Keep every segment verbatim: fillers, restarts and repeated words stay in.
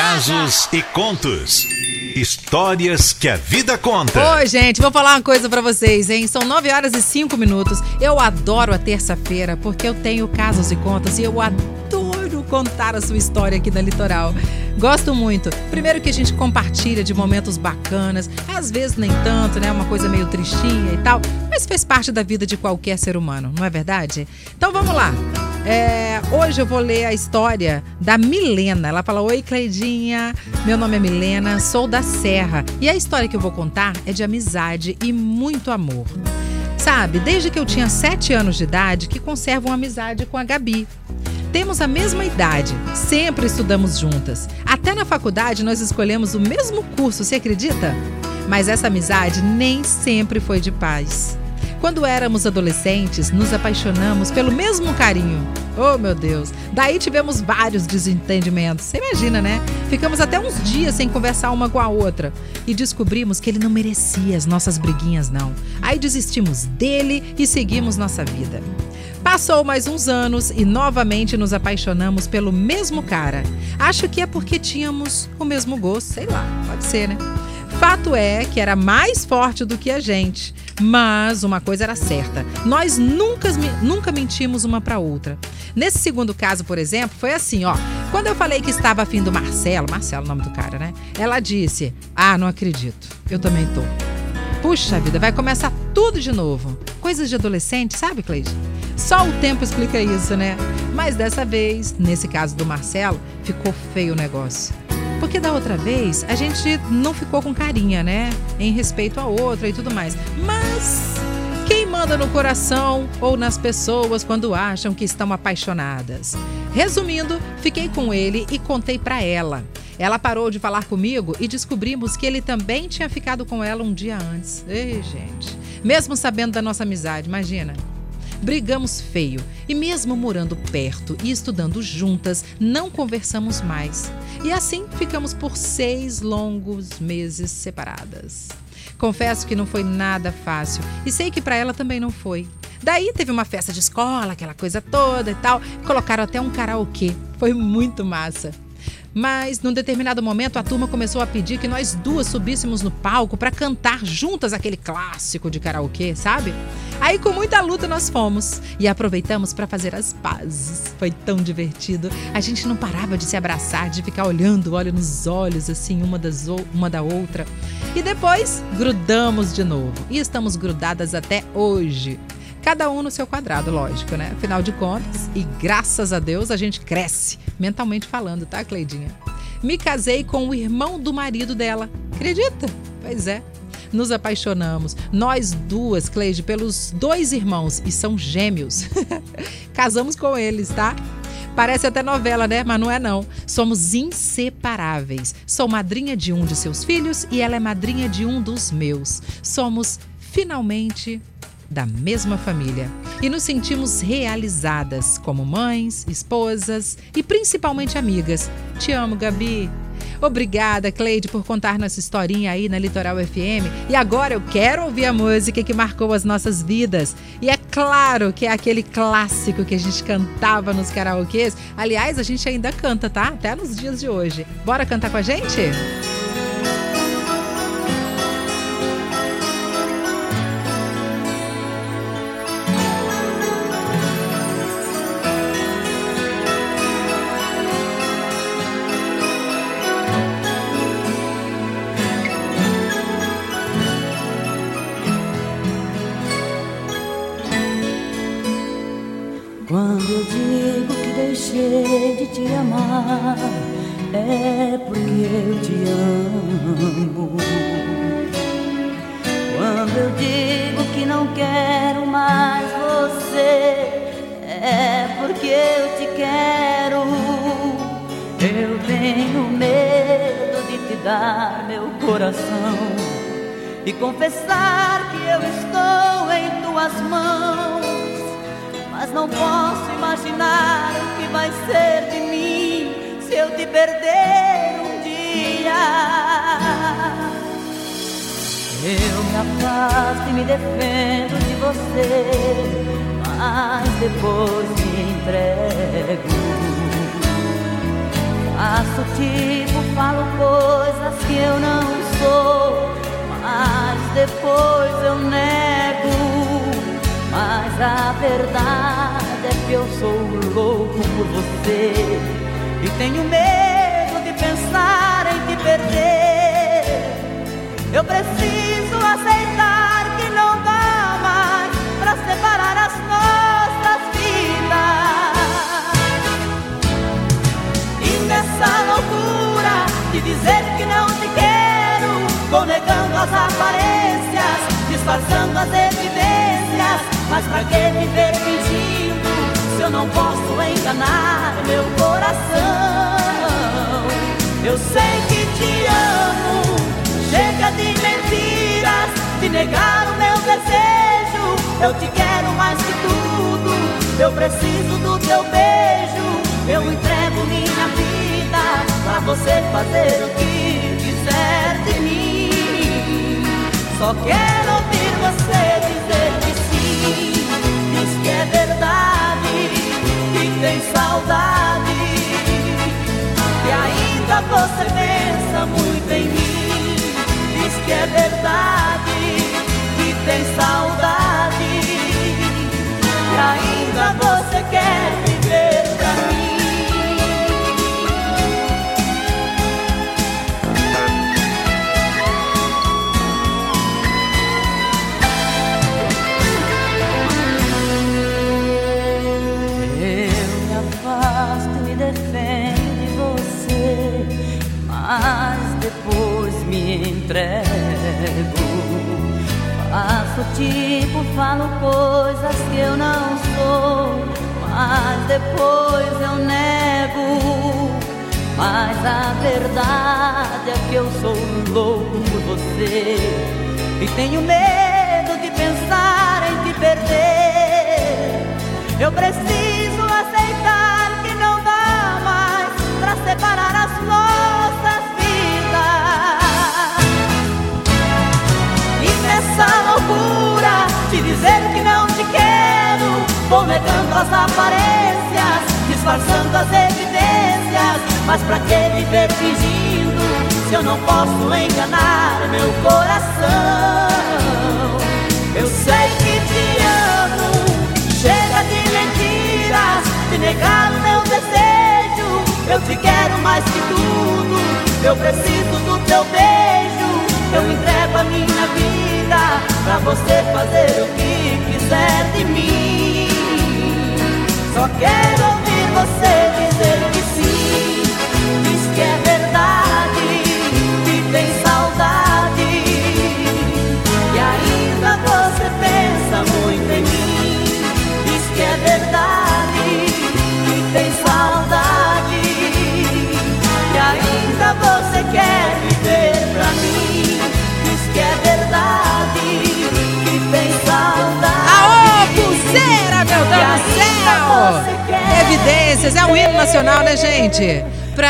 Casos e contos. Histórias que a vida conta. Oi, gente, vou falar uma coisa pra vocês, hein? São nove horas e cinco minutos. Eu adoro a terça-feira porque eu tenho casos e contos e eu adoro contar a sua história aqui na Litoral. Gosto muito. Primeiro que a gente compartilha de momentos bacanas, às vezes nem tanto, né? Uma coisa meio tristinha e tal, mas fez parte da vida de qualquer ser humano, não é verdade? Então vamos lá. É, hoje eu vou ler a história da Milena. Ela fala: oi, Cleidinha, meu nome é Milena, sou da Serra. E a história que eu vou contar é de amizade e muito amor. Sabe, desde que eu tinha sete anos de idade que conservo uma amizade com a Gabi. Temos a mesma idade, sempre estudamos juntas. Até na faculdade nós escolhemos o mesmo curso, você acredita? Mas essa amizade nem sempre foi de paz. Quando éramos adolescentes, nos apaixonamos pelo mesmo carinho. Oh, meu Deus! Daí tivemos vários desentendimentos. Você imagina, né? Ficamos até uns dias sem conversar uma com a outra. E descobrimos que ele não merecia as nossas briguinhas, não. Aí desistimos dele e seguimos nossa vida. Passou mais uns anos e novamente nos apaixonamos pelo mesmo cara. Acho que é porque tínhamos o mesmo gosto, sei lá, pode ser, né? Fato é que era mais forte do que a gente, mas uma coisa era certa, nós nunca, nunca mentimos uma pra outra. Nesse segundo caso, por exemplo, foi assim, ó. Quando eu falei que estava afim do Marcelo, Marcelo é o nome do cara, né? Ela disse: ah, não acredito, eu também tô. Puxa vida, vai começar tudo de novo. Coisas de adolescente, sabe, Cleide? Só o tempo explica isso, né? Mas dessa vez, nesse caso do Marcelo, ficou feio o negócio. Porque da outra vez, a gente não ficou com carinha, né? Em respeito a outra e tudo mais. Mas quem manda no coração ou nas pessoas quando acham que estão apaixonadas? Resumindo, fiquei com ele e contei pra ela. Ela parou de falar comigo e descobrimos que ele também tinha ficado com ela um dia antes. Ei, gente. Mesmo sabendo da nossa amizade, imagina. Brigamos feio e mesmo morando perto e estudando juntas, não conversamos mais. E assim ficamos por seis longos meses separadas. Confesso que não foi nada fácil e sei que para ela também não foi. Daí teve uma festa de escola, aquela coisa toda e tal. Colocaram até um karaokê. Foi muito massa. Mas, num determinado momento, a turma começou a pedir que nós duas subíssemos no palco para cantar juntas aquele clássico de karaokê, sabe? Aí, com muita luta, nós fomos e aproveitamos para fazer as pazes. Foi tão divertido. A gente não parava de se abraçar, de ficar olhando, olho nos olhos, assim, uma, das, uma da outra. E depois, grudamos de novo. E estamos grudadas até hoje. Cada um no seu quadrado, lógico, né? Afinal de contas, e graças a Deus, a gente cresce, mentalmente falando, tá, Cleidinha? Me casei com o irmão do marido dela. Acredita? Pois é. Nos apaixonamos, nós duas, Cleide, pelos dois irmãos, e são gêmeos. Casamos com eles, tá? Parece até novela, né? Mas não é não. Somos inseparáveis. Sou madrinha de um de seus filhos e ela é madrinha de um dos meus. Somos, finalmente, da mesma família e nos sentimos realizadas como mães, esposas e principalmente amigas. Te amo, Gabi. Obrigada, Cleide, por contar nossa historinha aí na Litoral F M. E agora eu quero ouvir a música que marcou as nossas vidas. E é claro que é aquele clássico que a gente cantava nos karaokês. Aliás, a gente ainda canta, tá? Até nos dias de hoje. Bora cantar com a gente? Quando eu digo que deixei de te amar, é porque eu te amo. Quando eu digo que não quero mais você, é porque eu te quero. Eu tenho medo de te dar meu coração e confessar que eu estou em tuas mãos. Mas não posso imaginar o que vai ser de mim se eu te perder um dia. Eu me afasto e me defendo de você, mas depois me entrego. Faço tipo, faço falo coisas que eu não sou, mas depois eu nego. Mas a verdade é que eu sou louco por você e tenho medo de pensar em te perder. Eu preciso aceitar que não dá mais pra separar as nossas vidas. E nessa loucura de dizer que não te quero, vou negando as aparências, disfarçando as evidências. Mas pra que viver fingindo se eu não posso enganar meu coração? Eu sei que te amo, chega de mentiras, de negar o meu desejo. Eu te quero mais que tudo, eu preciso do teu beijo. Eu entrego minha vida pra você fazer o que quiser de mim. Só quero ouvir você dizer que sim, diz que é verdade, que tem saudade, que ainda você pensa muito em mim. Diz que é verdade, que tem saudade, que ainda você quer viver pra mim. Defende você, mas depois me entrego. Faço tipo, falo coisas que eu não sou, mas depois eu nego. Mas a verdade é que eu sou louco por você e tenho medo de pensar em te perder. Eu preciso aceitar que não dá mais pra separar as nossas vidas. E nessa loucura de dizer que não te quero, vou negando as aparências, disfarçando as evidências. Mas pra que viver fingindo se eu não posso enganar meu coração? Eu sei que te amo, chega de mentiras, de negar o meu desejo. Eu te quero mais que tudo, eu preciso do teu beijo. Eu entrego a minha vida pra você fazer o que quiser de mim. Só quero ouvir você dizer que sim, diz que é verdade, que tem saudade, e ainda você pensa muito em mim. Diz que é verdade, que tem saudade, e ainda você quer viver pra mim. Diz que é verdade, que tem saudade. Aô, pulseira, meu Deus do céu! Evidências, é o hino nacional, né, gente?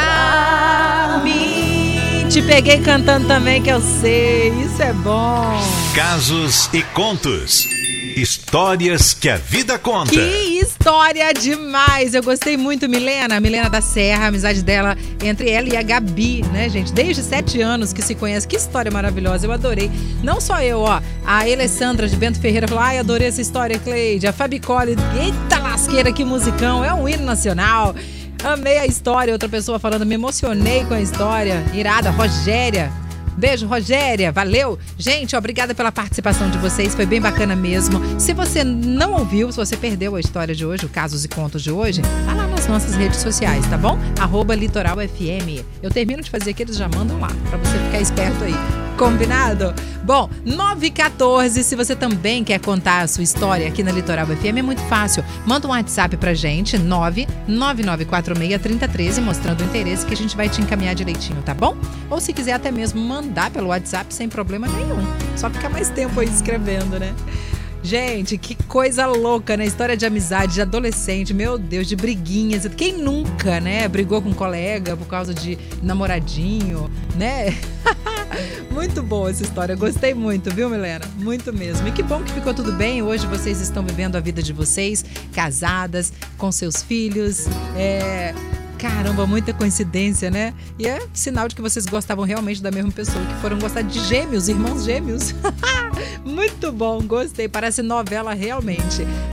Pra mim, te peguei cantando também, que eu sei, isso é bom. Casos e contos. Histórias que a vida conta. Que história demais! Eu gostei muito, Milena, Milena da Serra, a amizade dela entre ela e a Gabi, né, gente? Desde sete anos que se conhece. Que história maravilhosa, eu adorei. Não só eu, ó. A Alessandra de Bento Ferreira falou: ai, adorei essa história, Cleide. A Fabi Colli, eita lasqueira, que musicão, é um hino nacional. Amei a história. Outra pessoa falando: me emocionei com a história. Irada, Rogéria. Beijo, Rogéria, valeu. Gente, obrigada pela participação de vocês, foi bem bacana mesmo. Se você não ouviu, se você perdeu a história de hoje, o Casos e Contos de hoje, tá lá nas nossas redes sociais, tá bom? Arroba Litoral F M. Eu termino de fazer aqui, eles já mandam lá, pra você ficar esperto aí. Combinado? Bom, nove e quatorze, se você também quer contar a sua história aqui na Litoral F M, é muito fácil. Manda um WhatsApp pra gente, nove nove nove quatro seis três zero um três, mostrando o interesse que a gente vai te encaminhar direitinho, tá bom? Ou se quiser até mesmo mandar pelo WhatsApp sem problema nenhum. Só ficar mais tempo aí escrevendo, né? Gente, que coisa louca, né? História de amizade, de adolescente, meu Deus, de briguinhas. Quem nunca, né? Brigou com um colega por causa de namoradinho, né? Muito boa essa história, gostei muito, viu, Milena? Muito mesmo. E que bom que ficou tudo bem. Hoje vocês estão vivendo a vida de vocês, casadas, com seus filhos, é... Caramba, muita coincidência, né? E é sinal de que vocês gostavam realmente da mesma pessoa, que foram gostar de gêmeos, irmãos gêmeos. Muito bom, gostei, parece novela realmente.